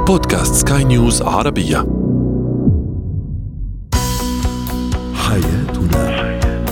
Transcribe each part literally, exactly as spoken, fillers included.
بودكاست سكاي نيوز عربية. حياتنا.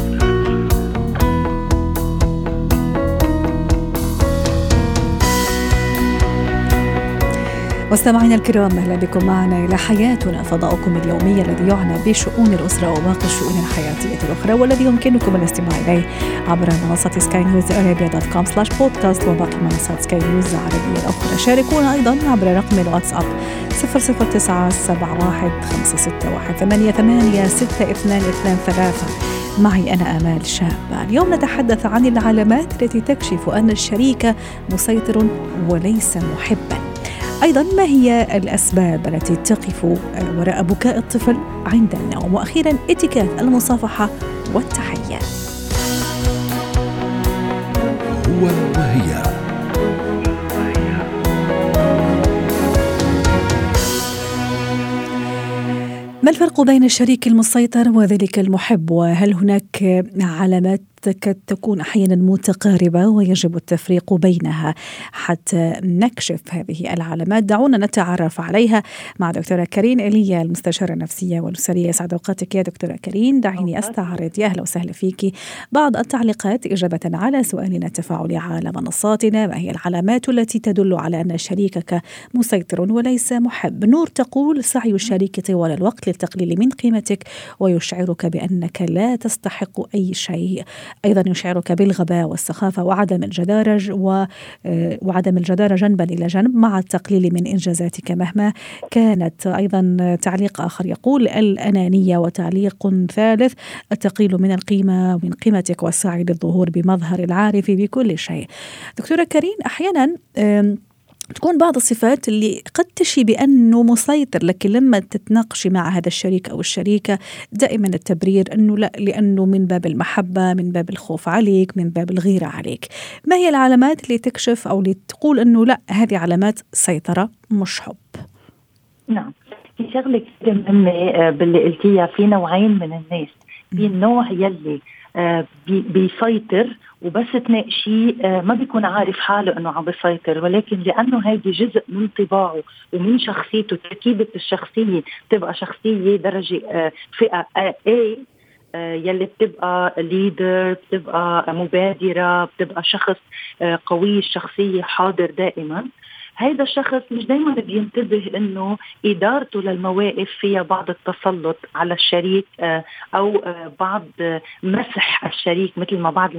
مستمعينا الكرام، أهلا بكم معنا إلى حياتنا، فضاؤكم اليومي الذي يعنى بشؤون الأسرة وباقي الشؤون الحياتية الأخرى، والذي يمكنكم الاستماع إليه عبر منصة سكاي نيوز أرابيا دوت كوم سلاش بودكاست وباقي منصات سكاي نيوز العربية الأخرى. شاركونا أيضا عبر رقم الواتساب صفر صفر تسعة سبعة واحد خمسة ستة واحد ثمانية ثمانية ستة اثنان اثنان ثلاثة. معي أنا آمال شابة. اليوم نتحدث عن العلامات التي تكشف أن الشريك مسيطر وليس محبا. أيضا ما هي الأسباب التي تقف وراء بكاء الطفل عند النوم، وأخيرا اتكاف المصافحة والتحية. هو وهي. ما الفرق بين الشريك المسيطر وذلك المحب؟ وهل هناك علامات قد تكون أحيانا متقاربة ويجب التفريق بينها حتى نكشف هذه العلامات؟ دعونا نتعرف عليها مع دكتورة كريم إيليا، المستشارة النفسية والأسرية. سعد أوقاتك يا دكتورة كريم. دعيني أستعرض، يا أهلا وسهلا فيك، بعض التعليقات إجابة على سؤالنا التفاعلي على منصاتنا. ما هي العلامات التي تدل على أن شريكك مسيطر وليس محب؟ نور تقول: سعي الشريك طوال الوقت للتقليل من قيمتك ويشعرك بأنك لا تستحق أي شيء. أيضا يشعرك بالغباء والسخافة وعدم الجدارة وعدم الجدارة جنبا إلى جنب مع التقليل من إنجازاتك مهما كانت. أيضا تعليق آخر يقول: الأنانية. وتعليق ثالث: التقليل من القيمة ومن قيمتك والسعي للظهور بمظهر العارف بكل شيء. دكتورة كريم، أحيانا تكون بعض الصفات اللي قد تشي بأنه مسيطر، لكن لما تتناقشي مع هذا الشريك أو الشريكة دائما التبرير أنه لا، لأنه من باب المحبة، من باب الخوف عليك، من باب الغيرة عليك. ما هي العلامات اللي تكشف أو اللي تقول أنه لا، هذه علامات سيطرة مش حب؟ نعم، في شغلة كثير مهمة باللي قلتيها. في نوعين من الناس. في النوع يلي بيسيطر وبس تناقشيه ما بيكون عارف حاله انه عم بيسيطر، ولكن لانه هيدي جزء من طباعه ومن شخصيته، تركيبة الشخصية تبقى شخصية درجة فئة A يلي بتبقى ليدر، بتبقى مبادرة، بتبقى شخص قوي الشخصية حاضر دائما. هيدا الشخص مش دايما بينتبه انه ادارته للمواقف فيها بعض التسلط على الشريك او بعض مسح الشريك مثل ما بعض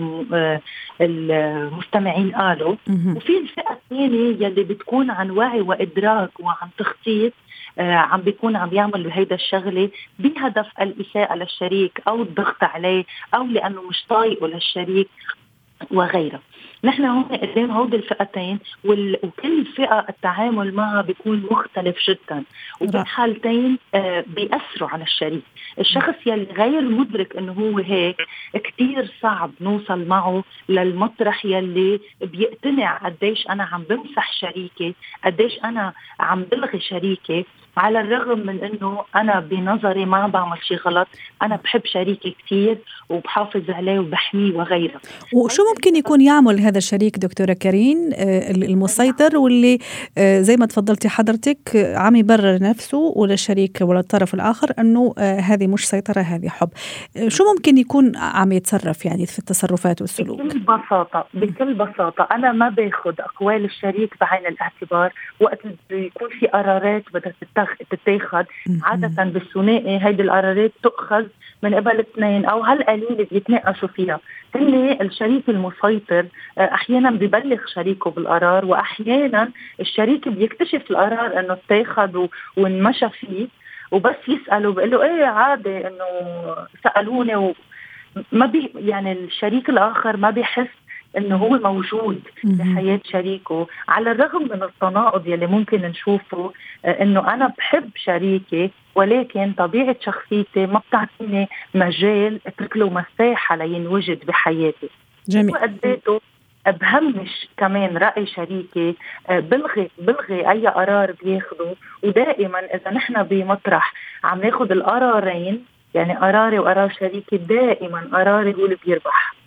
المستمعين قالوا. وفي الفئة الثانية يلي بتكون عن وعي وادراك وعن تخطيط، عم بيكون عم يعمل هيدا الشغلة بهدف الإساءة للشريك أو الضغط عليه أو لأنه مش طايقه للشريك وغيره. نحن هون قدام هودي الفئتين، وكل فئة التعامل معها بيكون مختلف جدا، وبالحالتين آه بيأثروا على الشريك. الشخص يلي غير مدرك انه هو هيك كتير صعب نوصل معه للمطرح يلي بيقتنع قديش انا عم بمسح شريكي، قديش انا عم بلغي شريكي، على الرغم من انه انا بنظري ما بعمل شيء غلط، انا بحب شريكي كتير وبحافظ عليه وبحميه وغيره. وشو ممكن يكون يعمل هذا الشريك دكتورة كريم المسيطر واللي زي ما تفضلتي حضرتك عم يبرر نفسه وللشريك ولا الطرف الآخر أنه هذه مش سيطرة، هذه حب؟ شو ممكن يكون عم يتصرف يعني في التصرفات والسلوك؟ بكل بساطة بكل بساطة أنا ما باخد أقوال الشريك بعين الاعتبار وقت يكون في قرارات بدها تتاخد. عادة بالثنائي هيدي القرارات تؤخذ من قبل اثنين أو هالقليل بيتناقشوا فيها. هن الشريك المسيطر أحيانا بيبلغ شريكه بالقرار، وأحيانا الشريك بيكتشف القرار أنه اتاخد وانمشى فيه، وبس يسأله بيقول له إيه عادي إنه سألوني، وما بي يعني الشريك الآخر ما بيحس إنه هو موجود بحياة شريكه. على الرغم من التناقض يلي ممكن نشوفه، إنه أنا بحب شريكي ولكن طبيعة شخصيتي ما بتعطيني مجال اترك له مساحة لينوجد بحياتي. جميل. وقديته بهمش كمان رأي شريكي، بلغي بلغي أي قرار بياخده. ودائما إذا نحن بمطرح عم ناخد القرارين، يعني قراري وقرار شريكي، دائما قراري هو اللي بيربح.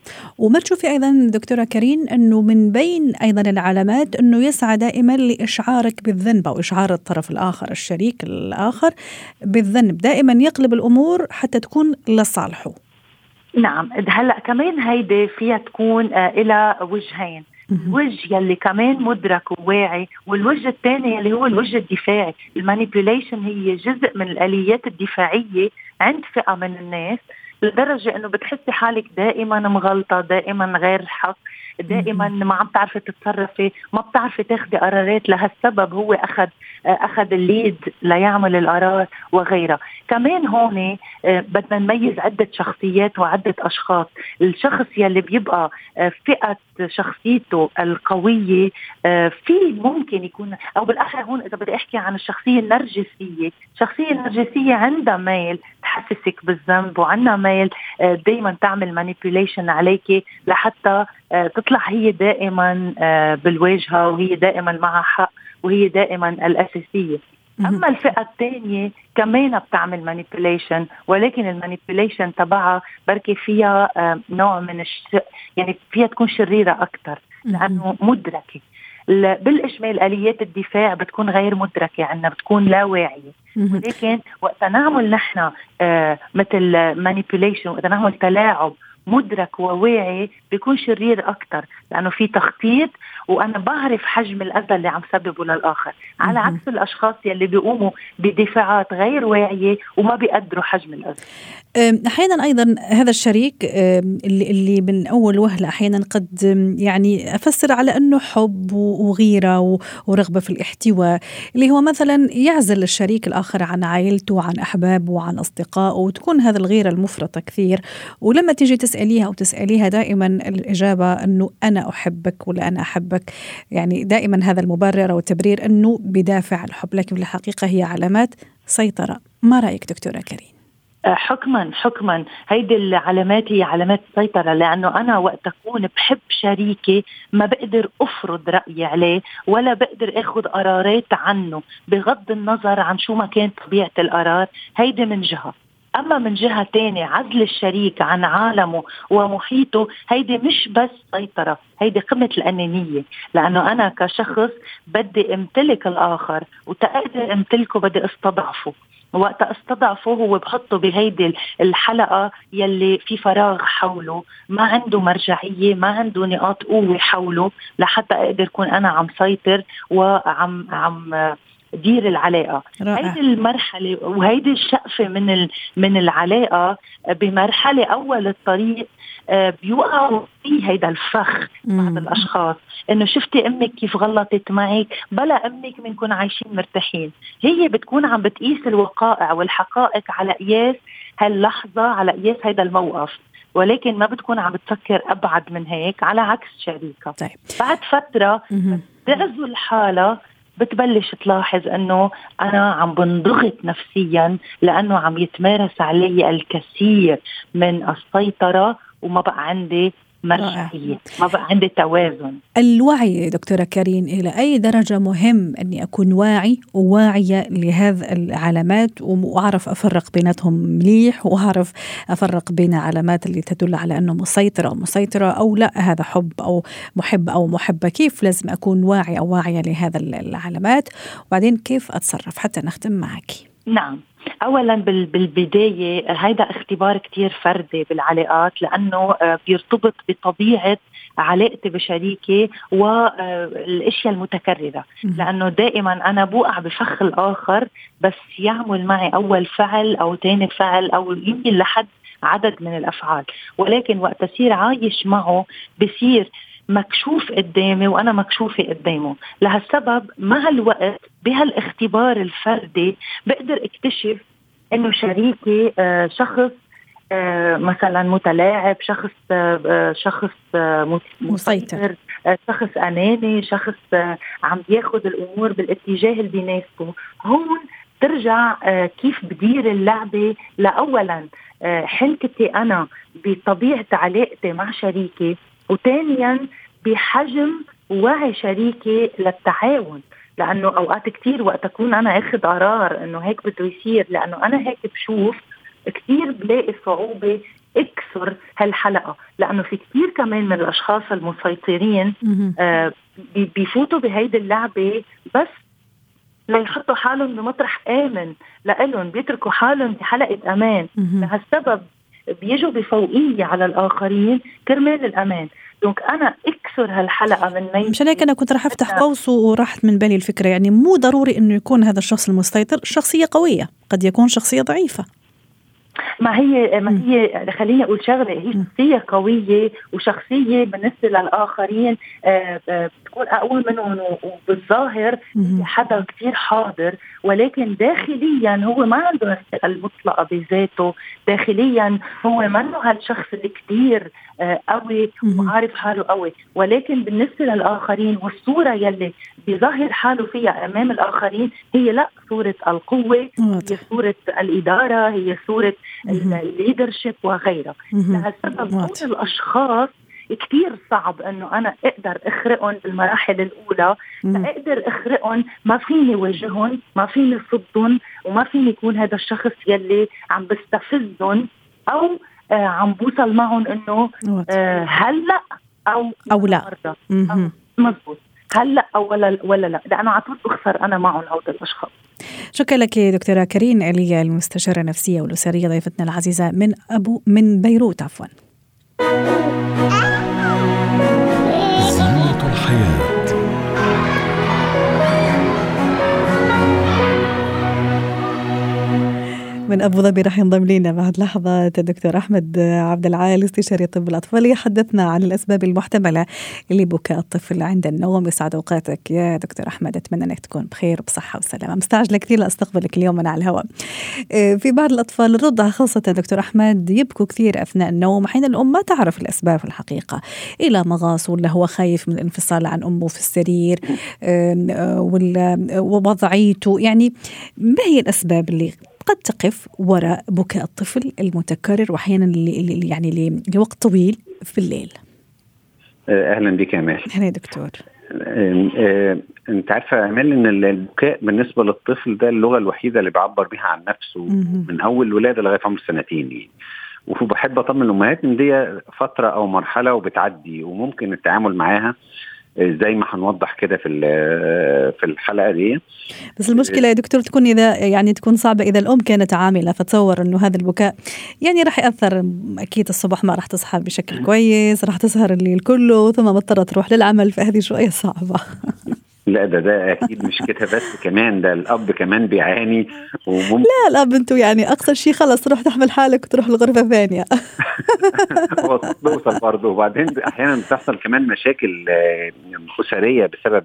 وما تشوفي أيضا دكتورة كريم أنه من بين أيضا العلامات أنه يسعى دائما لإشعارك بالذنب أو إشعار الطرف الآخر الشريك الآخر بالذنب، دائما يقلب الأمور حتى تكون لصالحه. نعم، هلأ كمان هيدي فيها تكون آه إلى وجهين، الوجه يلي كمان مدرك وواعي، والوجه الثاني يلي هو الوجه الدفاعي. المانيبيوليشن هي جزء من الآليات الدفاعية عند فئة من الناس، لدرجة انه بتحسي حالك دائما مغلطة، دائما غير حق، دائما ما عم تعرفي تتصرفي، ما بتعرفي تاخدي قرارات. لهالسبب هو اخذ اخذ الليد ليعمل القرار وغيرها. كمان هون بدنا نميز عدة شخصيات وعدة اشخاص. الشخص يلي بيبقى فئة شخصيته القوية في ممكن يكون، او بالاخر هون اذا بدي احكي عن الشخصية النرجسية، الشخصية النرجسية عندها ميل تحسسك بالذنب، وعندها ميل دائما تعمل مانيبيوليشن عليكي لحتى تطلع هي دائما بالواجهة، وهي دائما معها حق، وهي دائما الأساسية. أما الفئة الثانية كمان بتعمل مانيبيوليشن، ولكن المانيبيوليشن تبعها بركي فيها نوع من الش... يعني فيها تكون شريرة أكتر لأنه مدركة. بالإجمال آليات الدفاع بتكون غير مدركة عنا، بتكون لا واعية. ولكن وقت نعمل نحن مثل مانيبيوليشن، وقت نعمل تلاعب مدرك وواعي، بيكون شرير أكتر لأنه في تخطيط، وأنا بعرف حجم الأذى اللي عم سببه للآخر، على عكس الأشخاص يلي بيقوموا بدفاعات غير واعية وما بيقدروا حجم الأذى. أحيانا أيضا هذا الشريك اللي, اللي من أول وهلة أحيانا قد يعني أفسر على أنه حب وغيرة ورغبة في الاحتواء، اللي هو مثلا يعزل الشريك الآخر عن عائلته وعن أحبابه وعن أصدقائه، وتكون هذا الغيرة المفرطة كثير، ولما تيجي تسأليها أو تسأليها دائما الإجابة أنه أنا أحبك ولا أنا أحبك، يعني دائما هذا المبرر أو التبرير أنه بدافع الحب، لكن في الحقيقة هي علامات سيطرة. ما رأيك دكتورة كريم؟ حكما حكما هيدي العلامات هي علامات سيطرة، لأنه أنا وقت أكون بحب شريكي ما بقدر أفرض رأيي عليه، ولا بقدر أخذ قرارات عنه بغض النظر عن شو ما كانت طبيعة القرار. هيدي من جهة. أما من جهة تانية عزل الشريك عن عالمه ومحيطه، هيدي مش بس سيطرة، هيدي قمة الأنانية، لأنه أنا كشخص بدي امتلك الآخر، وتقدر امتلكه بدي استضعفه. وقت استضعفه هو بحطه بهيدي الحلقة يلي في فراغ حوله، ما عنده مرجعية، ما عنده نقاط قوة حوله لحتى أقدر أكون أنا عم سيطر وعم عم دير العلاقة. هيدي المرحلة وهيدي الشقفة من من العلاقة بمرحلة أول الطريق بيوقعوا في هيدا الفخ بعض الأشخاص، إنه شفتي أمك كيف غلطت معك، بلا أمك بنكون عايشين مرتاحين. هي بتكون عم بتقيس الوقائع والحقائق على قياس هاللحظة، على قياس هيدا الموقف، ولكن ما بتكون عم بتفكر أبعد من هيك، على عكس شريكة. طيب. بعد فترة تعزو الحالة بتبلش تلاحظ أنه أنا عم بنضغط نفسيا، لأنه عم يتمارس علي الكثير من السيطرة، وما بقى عندي مرجعية، ما بقى عندي توازن. الوعي دكتورة كريم، إلى أي درجة مهم أني أكون واعي وواعية لهذه العلامات، وأعرف أفرق بيناتهم مليح، وأعرف أفرق بين علامات اللي تدل على أنه مسيطرة أو مسيطرة أو لا، هذا حب أو محب أو محبة؟ كيف لازم أكون واعي أو واعية لهذا العلامات، وبعدين كيف أتصرف؟ حتى نختم معك. نعم، أولا بالبداية هيدا اختبار كتير فردي بالعلاقات، لأنه بيرتبط بطبيعة علاقتي بشريكي والاشياء المتكررة، لأنه دائما أنا بوقع بفخ الآخر بس يعمل معي أول فعل أو تاني فعل أو يمكن لحد عدد من الأفعال، ولكن وقت أصير عايش معه بصير مكشوف قدامي وأنا مكشوفة قدامه. لهالسبب مع الوقت بهالاختبار الفردي بقدر اكتشف إنه شريكي شخص مثلا متلاعب، شخص شخص مسيطر، شخص أناني، شخص عم ياخد الأمور بالاتجاه اللي بيناسبه. هون ترجع كيف بدير اللعبة، لأولا حنكتي أنا بطبيعة علاقتي مع شريكي، وثانيا بحجم وعي شريكي للتعاون، لأنه أوقات كتير وقت أكون أنا أخذ قرار إنه هيك بده يصير لأنه أنا هيك بشوف، كتير بلاقي صعوبة اكسر هالحلقة، لأنه في كتير كمان من الأشخاص المسيطرين آه بيفوتوا بهيدي اللعبة بس ليحطوا حالهم بمطرح آمن لإلهم، بيتركوا حالهم بحلقة أمان. لهالسبب بيجوا بفوقية على الآخرين كرمال الأمان. دونك أنا اكسر هالحلقة من نيتي. مشان هيك أنا كنت رح أفتح قوس وراحت من بالي الفكرة، يعني مو ضروري إنه يكون هذا الشخص المسيطر شخصية قوية، قد يكون شخصية ضعيفة. ما هي ما هي خليني أقول شغلة، هي شخصية قوية وشخصية بالنسبة للآخرين بتكون أقوى منهم وبالظاهر حدا كتير حاضر، ولكن داخليا هو ما عنده الثقة المطلقة بذاته. داخليا هو منه هالشخص اللي كتير قوي وعارف حاله قوي، ولكن بالنسبة للآخرين والصورة يلي بيظهر حاله فيها أمام الآخرين هي لا صورة القوة، هي صورة الإدارة، هي صورة الليدرشيب وغيرها. لهالسبب هون الأشخاص كتير صعب أنه أنا أقدر أخرقهم بالمراحل الأولى. لأقدر أخرقهم ما فيني واجههم، ما فيني صدهم، وما فيني يكون هذا الشخص يلي عم بستفزهم أو آه عم بوصل معهم أنه آه هلأ أو أو لا أو مزبوط هلأ أو ولا ولا لا، لأنه عطول بخسر أنا معهم هؤلاء الأشخاص. شكرا لك دكتورة كريم آلية، المستشارة النفسية والأسرية، ضيفتنا العزيزة من أبو من بيروت عفوا. زينة الحياة. من أبو ظبي رح ينضم لنا بعد لحظة الدكتور أحمد عبد العال، استشاري طب الأطفال، يحدثنا عن الأسباب المحتملة لبكاء الطفل عند النوم. يسعد أوقاتك يا دكتور أحمد، أتمنى أنك تكون بخير وبصحة وسلامة. مستعجلة كثير لأستقبلك اليوم أنا على الهواء. في بعض الأطفال الرضع خاصة دكتور أحمد يبكوا كثير أثناء النوم، حين الأم ما تعرف الأسباب الحقيقة، إلى مغاص ولا هو خايف من الانفصال عن أمه في السرير ولا ووضعيته. يعني ما هي الأسباب اللي قد تقف وراء بكاء الطفل المتكرر وأحيانا اللي يعني لوقت طويل في الليل؟ أهلا بك يا مال. أهلا دكتور. أنت عارفة أمال إن البكاء بالنسبة للطفل ده اللغة الوحيدة اللي بيعبر بها عن نفسه من أول ولادة لغاية عمر سنتين، وبحب أطمن الأمهات إن دي فترة أو مرحلة وبتعدي وممكن التعامل معاها زي ما هنوضح كده في في الحلقه دي. بس المشكله يا دكتور تكون اذا يعني تكون صعبه اذا الام كانت عامله، فتصور انه هذا البكاء يعني راح ياثر. اكيد الصبح ما راح تصحى بشكل كويس، راح تسهر الليل كله، ثم مضطره تروح للعمل، فهذه شويه صعبه. لا ده ده اكيد مش كده بس، كمان ده الاب كمان بيعاني وممكن لا الاب انتوا يعني اقصى شيء خلص تروح تحمل حالك وتروح لغرفه ثانيه. بوصل برضه. وبعدين احيانا بتحصل كمان مشاكل اسريه بسبب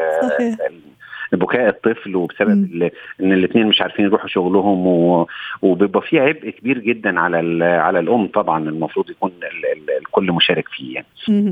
بكاء الطفل، وبسبب ان الاثنين مش عارفين يروحوا شغلهم، وبيبقى في عبء كبير جدا على على الام. طبعا المفروض يكون الكل مشارك فيه يعني.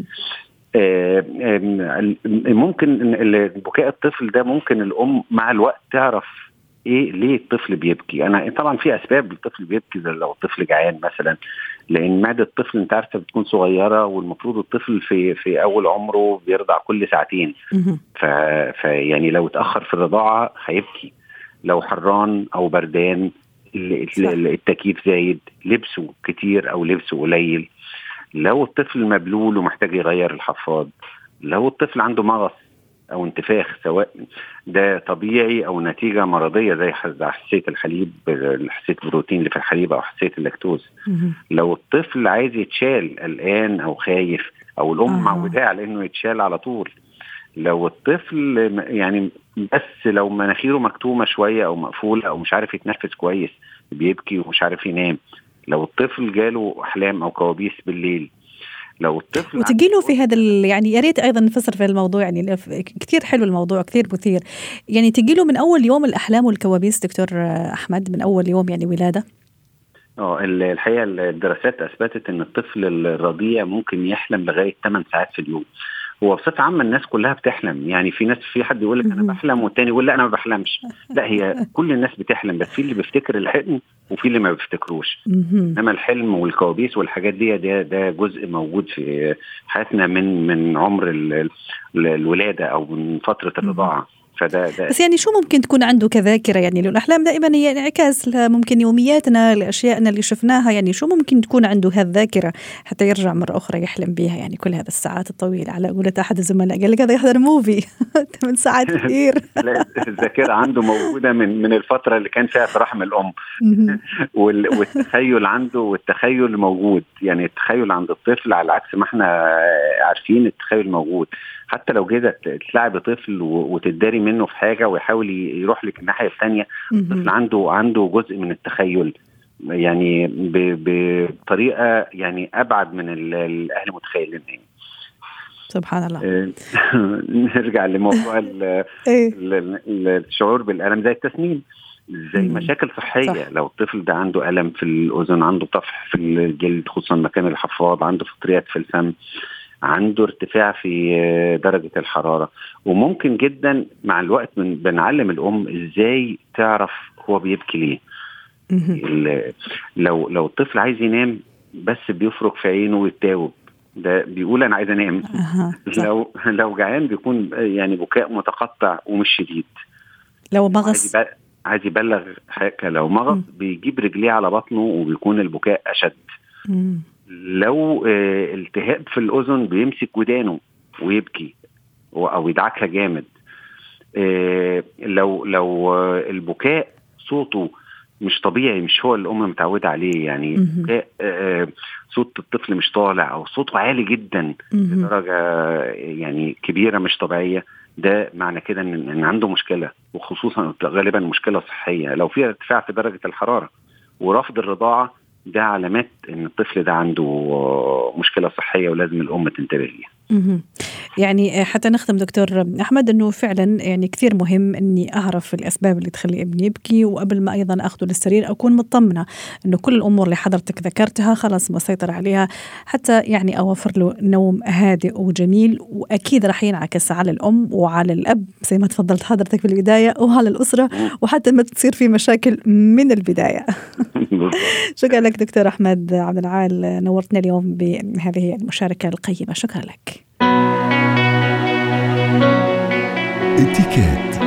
ممكن بكاء الطفل ده ممكن الأم مع الوقت تعرف إيه ليه الطفل بيبكي. أنا طبعا في أسباب الطفل بيبكي، زي لو الطفل جعان مثلا، لأن معدة الطفل أنت عارفة بتكون صغيرة، والمفروض الطفل في في أول عمره بيرضع كل ساعتين، فيعني لو اتأخر في الرضاعة هيبكي. لو حران أو بردان، التكييف زايد، لبسه كتير أو لبسه قليل، لو الطفل مبلول ومحتاج يغير الحفاض، لو الطفل عنده مغص أو انتفاخ، سواء ده طبيعي أو نتيجة مرضية زي حساسية الحليب، حساسية البروتين اللي في الحليب أو حساسية اللاكتوز، لو الطفل عايز يتشال قلقان أو خايف أو الأم معوداه على إنه يتشال على طول، لو الطفل يعني بس لو مناخيره مكتومة شوية أو مقفولة أو مش عارف يتنفس كويس بيبكي ومش عارف ينام، لو الطفل جاله أحلام أو كوابيس بالليل، لو الطفل وتجيله في هذا يعني يا ريت أيضا نفسر في الموضوع، يعني كثير حلو الموضوع كثير مثير، يعني تجيله من أول يوم الأحلام والكوابيس دكتور أحمد، من أول يوم يعني ولادة؟ اه الحقيقة الدراسات أثبتت أن الطفل الرضيع ممكن يحلم لغاية ثمان ساعات في اليوم. هو بصفة عامة الناس كلها بتحلم، يعني في ناس، في حد يقول لك أنا بحلم والتاني يقول لا أنا ما بحلمش. لا، هي كل الناس بتحلم، بس في اللي بيفتكر الحلم وفي اللي ما بيفتكروش. إنما الحلم والكوابيس والحاجات دي ده, ده جزء موجود في حياتنا من من عمر الولادة أو من فترة الرضاعة. فده ده بس يعني شو ممكن تكون عنده كذاكرة؟ يعني الأحلام دائما هي انعكاس ممكن يومياتنا لأشيائنا اللي شفناها، يعني شو ممكن تكون عنده هالذاكرة حتى يرجع مرة أخرى يحلم بها يعني كل هذا الساعات الطويلة؟ على قولة أحد الزملاء قال لك هذا يحضر موفي ثمان ساعات كثير. الذاكرة عنده موجودة من من الفترة اللي كان فيها في رحم الأم. والتخيل عنده، والتخيل موجود، يعني التخيل عند الطفل على عكس ما احنا عارفين التخيل موجود. حتى لو جيت تلعب طفل وتداري منه في حاجة ويحاول يروح لك الناحية الثانية، الطفل عنده عنده جزء من التخيل يعني بطريقة يعني أبعد من الأهل متخيلين. سبحان الله. نرجع لموضوع الشعور بالألم زي التسنين، زي مشاكل صحية. صح. لو الطفل ده عنده ألم في الأذن، عنده طفح في الجلد خصوصا مكان الحفاض، عنده فطريات في الفم، عنده ارتفاع في درجة الحرارة، وممكن جدا مع الوقت بنعلم الأم إزاي تعرف هو بيبكي ليه. لو لو الطفل عايز ينام بس بيفرك في عينه ويتاوب، ده بيقول أنا عايز أنام. لو لو جعان بيكون يعني بكاء متقطع ومش شديد. لو مغص عايز يبلغ حاجة، لو مغص بيجيب رجليه على بطنه وبيكون البكاء أشد. مم. لو اه التهاب في الأذن بيمسك ودانه ويبكي أو يدعكها جامد. اه لو لو اه البكاء صوته مش طبيعي، مش هو اللي الأم متعودة عليه، يعني بكاء اه صوت الطفل مش طالع أو صوته عالي جدا بدرجة يعني كبيرة مش طبيعية، ده معنى كده إن, إن عنده مشكلة، وخصوصا غالبا مشكلة صحية. لو في ارتفاع في درجة الحرارة ورفض الرضاعة، ده علامات إن الطفل ده عنده مشكلة صحية ولازم الأم تنتبه ليها. يعني حتى نختم دكتور أحمد أنه فعلا يعني كثير مهم أني أعرف الأسباب اللي تخلي ابني يبكي، وقبل ما أيضا أخذه للسرير أكون مطمنة أنه كل الأمور اللي حضرتك ذكرتها خلاص مسيطر عليها، حتى يعني أوفر له نوم هادئ وجميل. وأكيد رح ينعكس على الأم وعلى الأب زي ما تفضلت حضرتك في البداية، وعلى الأسرة، وحتى ما تصير في مشاكل من البداية. شكرا لك دكتور أحمد عبد العال، نورتنا اليوم بهذه المشاركة القيمة. شكرا لك. اتكات.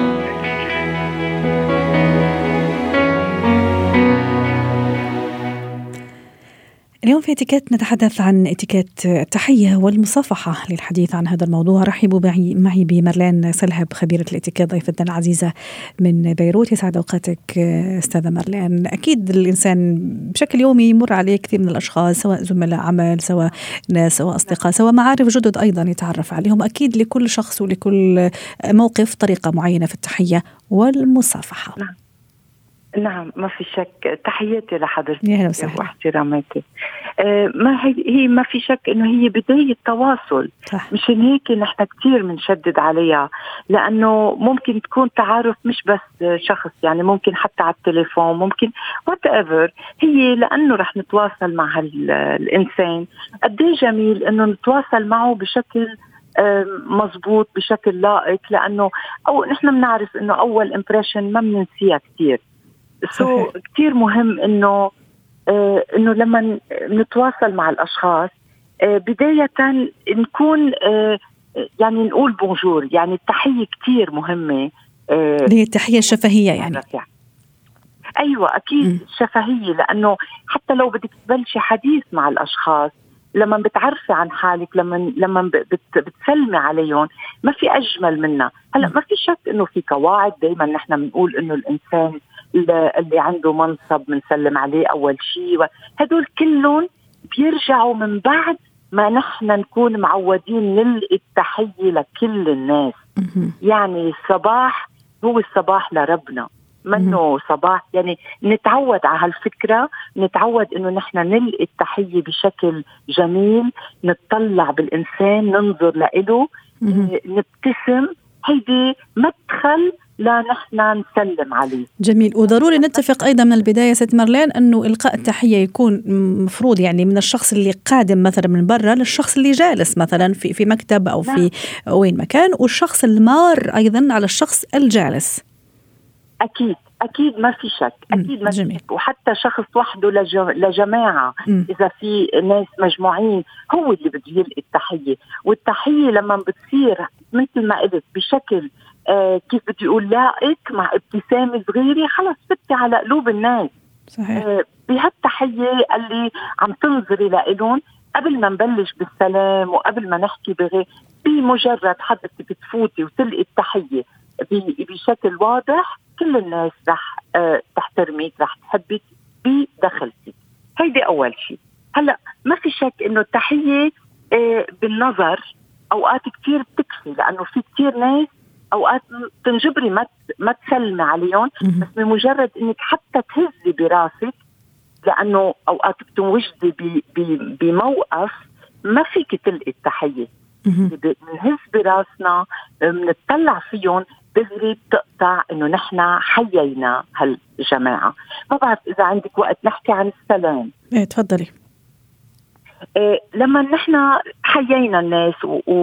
اليوم في اتيكيت نتحدث عن اتيكيت التحية والمصافحة. للحديث عن هذا الموضوع رحبوا معي بمرلين سلهب، خبيرة الاتيكيت، ضيفتنا العزيزة من بيروت. يسعد أوقاتك أستاذة مرلين. أكيد الإنسان بشكل يومي يمر عليه كثير من الأشخاص، سواء زملاء عمل، سواء ناس، سواء أصدقاء، سواء معارف جدد أيضا يتعرف عليهم. أكيد لكل شخص ولكل موقف طريقة معينة في التحية والمصافحة. نعم نعم، ما في شك. تحياتي لحضرتك واحتراماتي. آه ما هي هي ما في شك انه هي بداية تواصل. صح. مشان هيك نحن كتير بنشدد عليها، لانه ممكن تكون تعارف مش بس شخص، يعني ممكن حتى على التليفون، ممكن whatever. هي لانه رح نتواصل مع الانسان، قديه جميل انه نتواصل معه بشكل مزبوط، بشكل لائق، لانه او نحن بنعرف انه اول امبريشن ما بننسيها كتير. سو so, كتير مهم انه آه انه لما نتواصل مع الاشخاص آه بداية نكون آه يعني نقول بونجور، يعني التحية كتير مهمة. آه هي التحية الشفهية يعني. ايوه اكيد م. شفهية، لانه حتى لو بدك تبلشي حديث مع الاشخاص، لما بتعرفي عن حالك، لما لما بت بتسلمي عليهم، ما في اجمل منها. هلا ما في شك انه في قواعد دائما نحن بنقول انه الانسان اللي عنده منصب بنسلم عليه اول شيء، هدول كلهم بيرجعوا من بعد ما نحن نكون معودين نلقي التحية لكل الناس. يعني الصباح هو الصباح لربنا، منه صباح، يعني نتعود على هالفكرة، نتعود انه نحن نلقي التحية بشكل جميل، نتطلع بالإنسان، ننظر لإله، نبتسم. هيدي مدخل لا نحن نسلم عليه. جميل. وضروري نتفق أيضا من البداية ست مرلين أنه إلقاء التحية يكون مفروض يعني من الشخص اللي قادم مثلا من برا للشخص اللي جالس مثلا في في مكتب أو في لا. وين مكان، والشخص المار أيضا على الشخص الجالس. أكيد أكيد ما في شك، أكيد ما في شك. وحتى شخص وحده لجماعة، م. إذا في ناس مجموعين هو اللي بده يلقي التحية. والتحية لما بتصير مثل ما قلت بشكل آه كيف بدي أقول لائق مع ابتسامة صغيرة، خلص فتي على قلوب الناس. صحيح. آه بهالتحية اللي عم تنظري لإلهم قبل ما نبلش بالسلام وقبل ما نحكي بغير، بمجرد حضرتك تفوتي وتلقي التحية بشكل واضح، كل الناس رح آه تحترميك، رح تحبك بدخلتك. هيدي أول شيء. هلأ ما في شك إنه التحية آه بالنظر أوقات كتير بتكفي، لأنه في كتير ناس أوقات تنجبري ما ما تسلمي عليهم، بس بمجرد إنك حتى تهزي براسك، لأنه أوقات بتنوجدي بموقف ما فيك تلقي التحية، بنهز براسنا بنطلع فيهم دغري بتقطع إنه نحن حيينا هالجماعة. ما بعرف إذا عندك وقت نحكي عن السلام. إيه تفضلي. إيه لما نحن حيينا الناس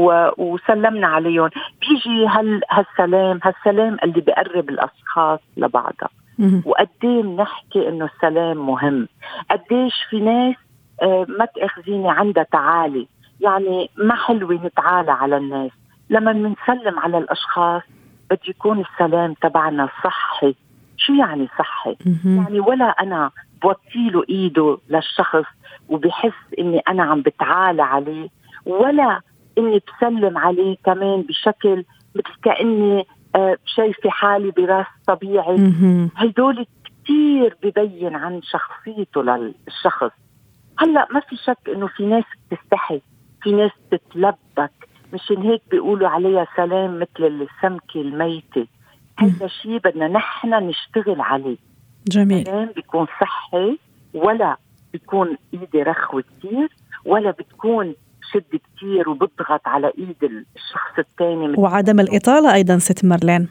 وسلمنا عليهم، بيجي هال هالسلام هالسلام اللي بيقرب الأشخاص لبعضها. وقديه بنحكي إنه السلام مهم. قديش في ناس آه ما تأخذيني عندها تعالي، يعني ما حلوة نتعالى على الناس. لما بنسلم على الأشخاص بده يكون السلام تبعنا صحي. شو يعني صحي؟ يعني ولا أنا بوطيله إيده للشخص وبحس إني أنا عم بتعالى عليه، ولا إني بسلم عليه كمان بشكل مثل كأني آه شايفة حالي براس طبيعي. هيدول كتير ببين عن شخصيته للشخص. هلأ ما في شك إنه في ناس بتستحي، في ناس بتتلبك، مشان هيك بيقولوا عليها سلام مثل السمكة الميتة. هذا شيء بدنا نحن نشتغل عليه. جميل. سلام بيكون صحي، ولا بيكون إيدي رخوة كتير، ولا بتكون شد كتير وبضغط على إيد الشخص الثاني. وعدم الإطالة أيضا ست مارلين.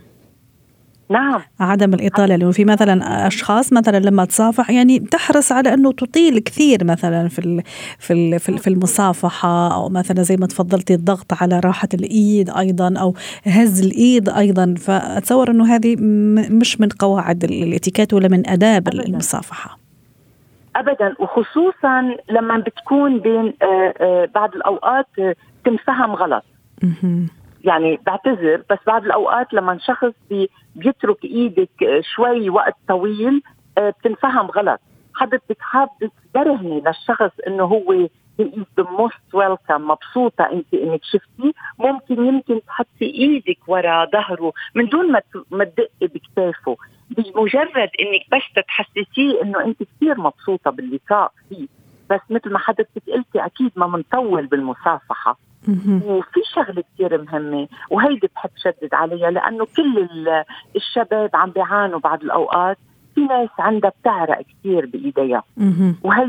نعم، عدم الإطالة، لأنه في مثلا أشخاص مثلا لما تصافح يعني تحرص على أنه تطيل كثير مثلا في في في المصافحة، أو مثلا زي ما تفضلتي الضغط على راحة الإيد أيضا، أو هز الإيد أيضا. فأتصور أنه هذه مش من قواعد الاتيكيت ولا من آداب المصافحة أبدا. وخصوصا لما بتكون بين آآ آآ بعض الأوقات تنفهم غلط. يعني بعتذر، بس بعض الأوقات لما شخص بي بيترك إيدك شوي وقت طويل بتنفهم غلط. حضرتك حابة تبرهني للشخص إنه هو the most welcome، مبسوطة أنت إنك شفتي، ممكن يمكن تحطي إيدك وراء ظهره من دون ما ما تدقي بكتافه، بمجرد إنك بس تحسسيه إنه أنت كثير مبسوطة باللقاء فيه. بس مثل ما حضرتك قلتي أكيد ما منطول بالمصافحة. وفي شغلة كتير مهمة وهيدي بحب شدد عليها، لأنه كل الشباب عم بيعانوا بعض الأوقات. في ناس عندها بتعرق كتير بإيديها، وهيدي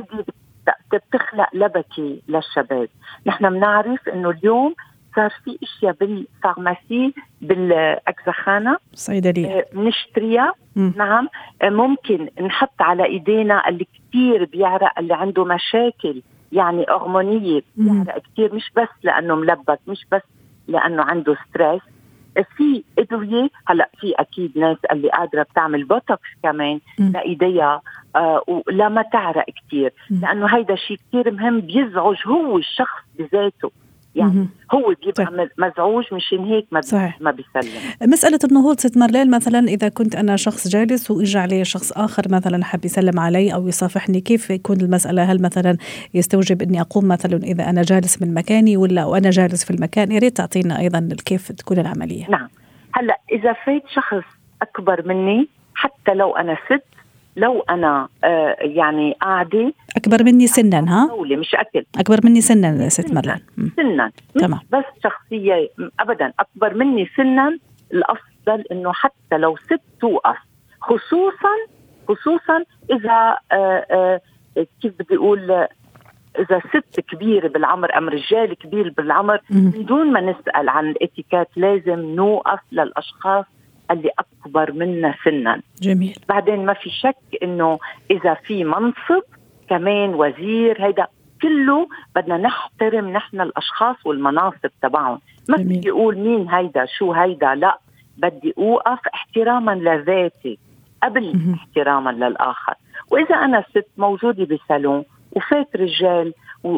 بتخلق لبكة للشباب. نحن بنعرف إنه اليوم صار في اشياء بالفارماسي بالاكزخانه صيدليه بنشتريها. نعم، ممكن نحط على ايدينا اللي كتير بيعرق، اللي عنده مشاكل يعني هرمونيه بيعرق كتير، مش بس لانه ملبك، مش بس لانه عنده ستريس. في ادويه هلا في اكيد ناس اللي قادره بتعمل بوتوكس كمان لايديها آه ولا ما تعرق كتير، لانه هيدا شيء كتير مهم، بيزعج هو الشخص بذاته. يعني هو بيبقى مزعوج، مشان هيك ما ما بيسلم. مسألة النهوض ست مارلين، مثلا إذا كنت أنا شخص جالس وإجا عليه شخص آخر مثلا حب يسلم علي أو يصافحني، كيف يكون المسألة؟ هل مثلا يستوجب أني أقوم مثلا إذا أنا جالس من مكاني ولا وأنا جالس في المكان؟ يا ريت تعطينا أيضا كيف تكون العملية. نعم، هلأ إذا فايت شخص أكبر مني، حتى لو أنا ست، لو أنا آه يعني قاعدة أكبر مني سنا، ها؟ مش أكل أكبر مني سنا ست مارلين. سنا تمام. بس شخصية أبدا أكبر مني سنا، الأفضل إنه حتى لو ست توقف، خصوصا خصوصا إذا آه آه كيف بدي أقول، إذا ست كبيرة بالعمر أم رجال كبير بالعمر، بدون ما نسأل عن الاتيكيت لازم نوقف للأشخاص اللي أكبر منا سنا. جميل. بعدين ما في شك إنه إذا في منصب كمان وزير، هيدا كله بدنا نحترم نحن الأشخاص والمناصب تبعهم. ما بدي أقول مين هيدا شو هيدا، لا، بدي أوقف احتراما لذاتي قبل م- احتراما للآخر. وإذا أنا ست موجودة بسالون وفات رجال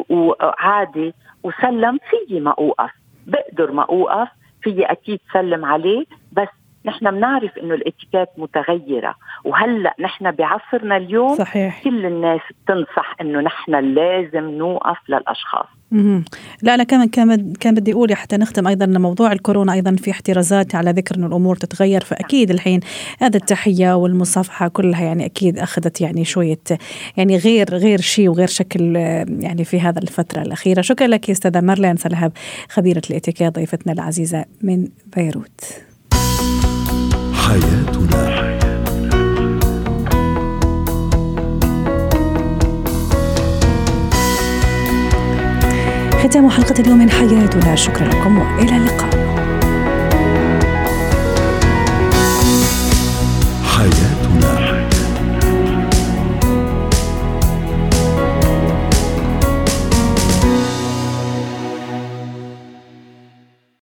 وعادي وسلم، فيي ما أوقف، بقدر ما أوقف، فيي أكيد سلم عليه، بس نحن بنعرف إنه الاتيكيت متغيرة، وهلأ نحن بعصرنا اليوم صحيح. كل الناس تنصح إنه نحن لازم نوقف للأشخاص. مم. لا أنا كمان كان كان بدي أقول حتى نختم أيضا موضوع الكورونا أيضا في احترازات على ذكر إنه الأمور تتغير، فأكيد الحين هذا التحية والمصافحة كلها يعني أكيد أخذت يعني شوية يعني غير غير شيء وغير شكل يعني في هذا الفترة الأخيرة. شكرا لك أستاذة مارلين سلهب خبيرة الاتيكيت ضيفتنا العزيزة من بيروت. حياتنا. ختام حلقة اليوم من حياتنا، شكرا لكم وإلى اللقاء. حياتنا.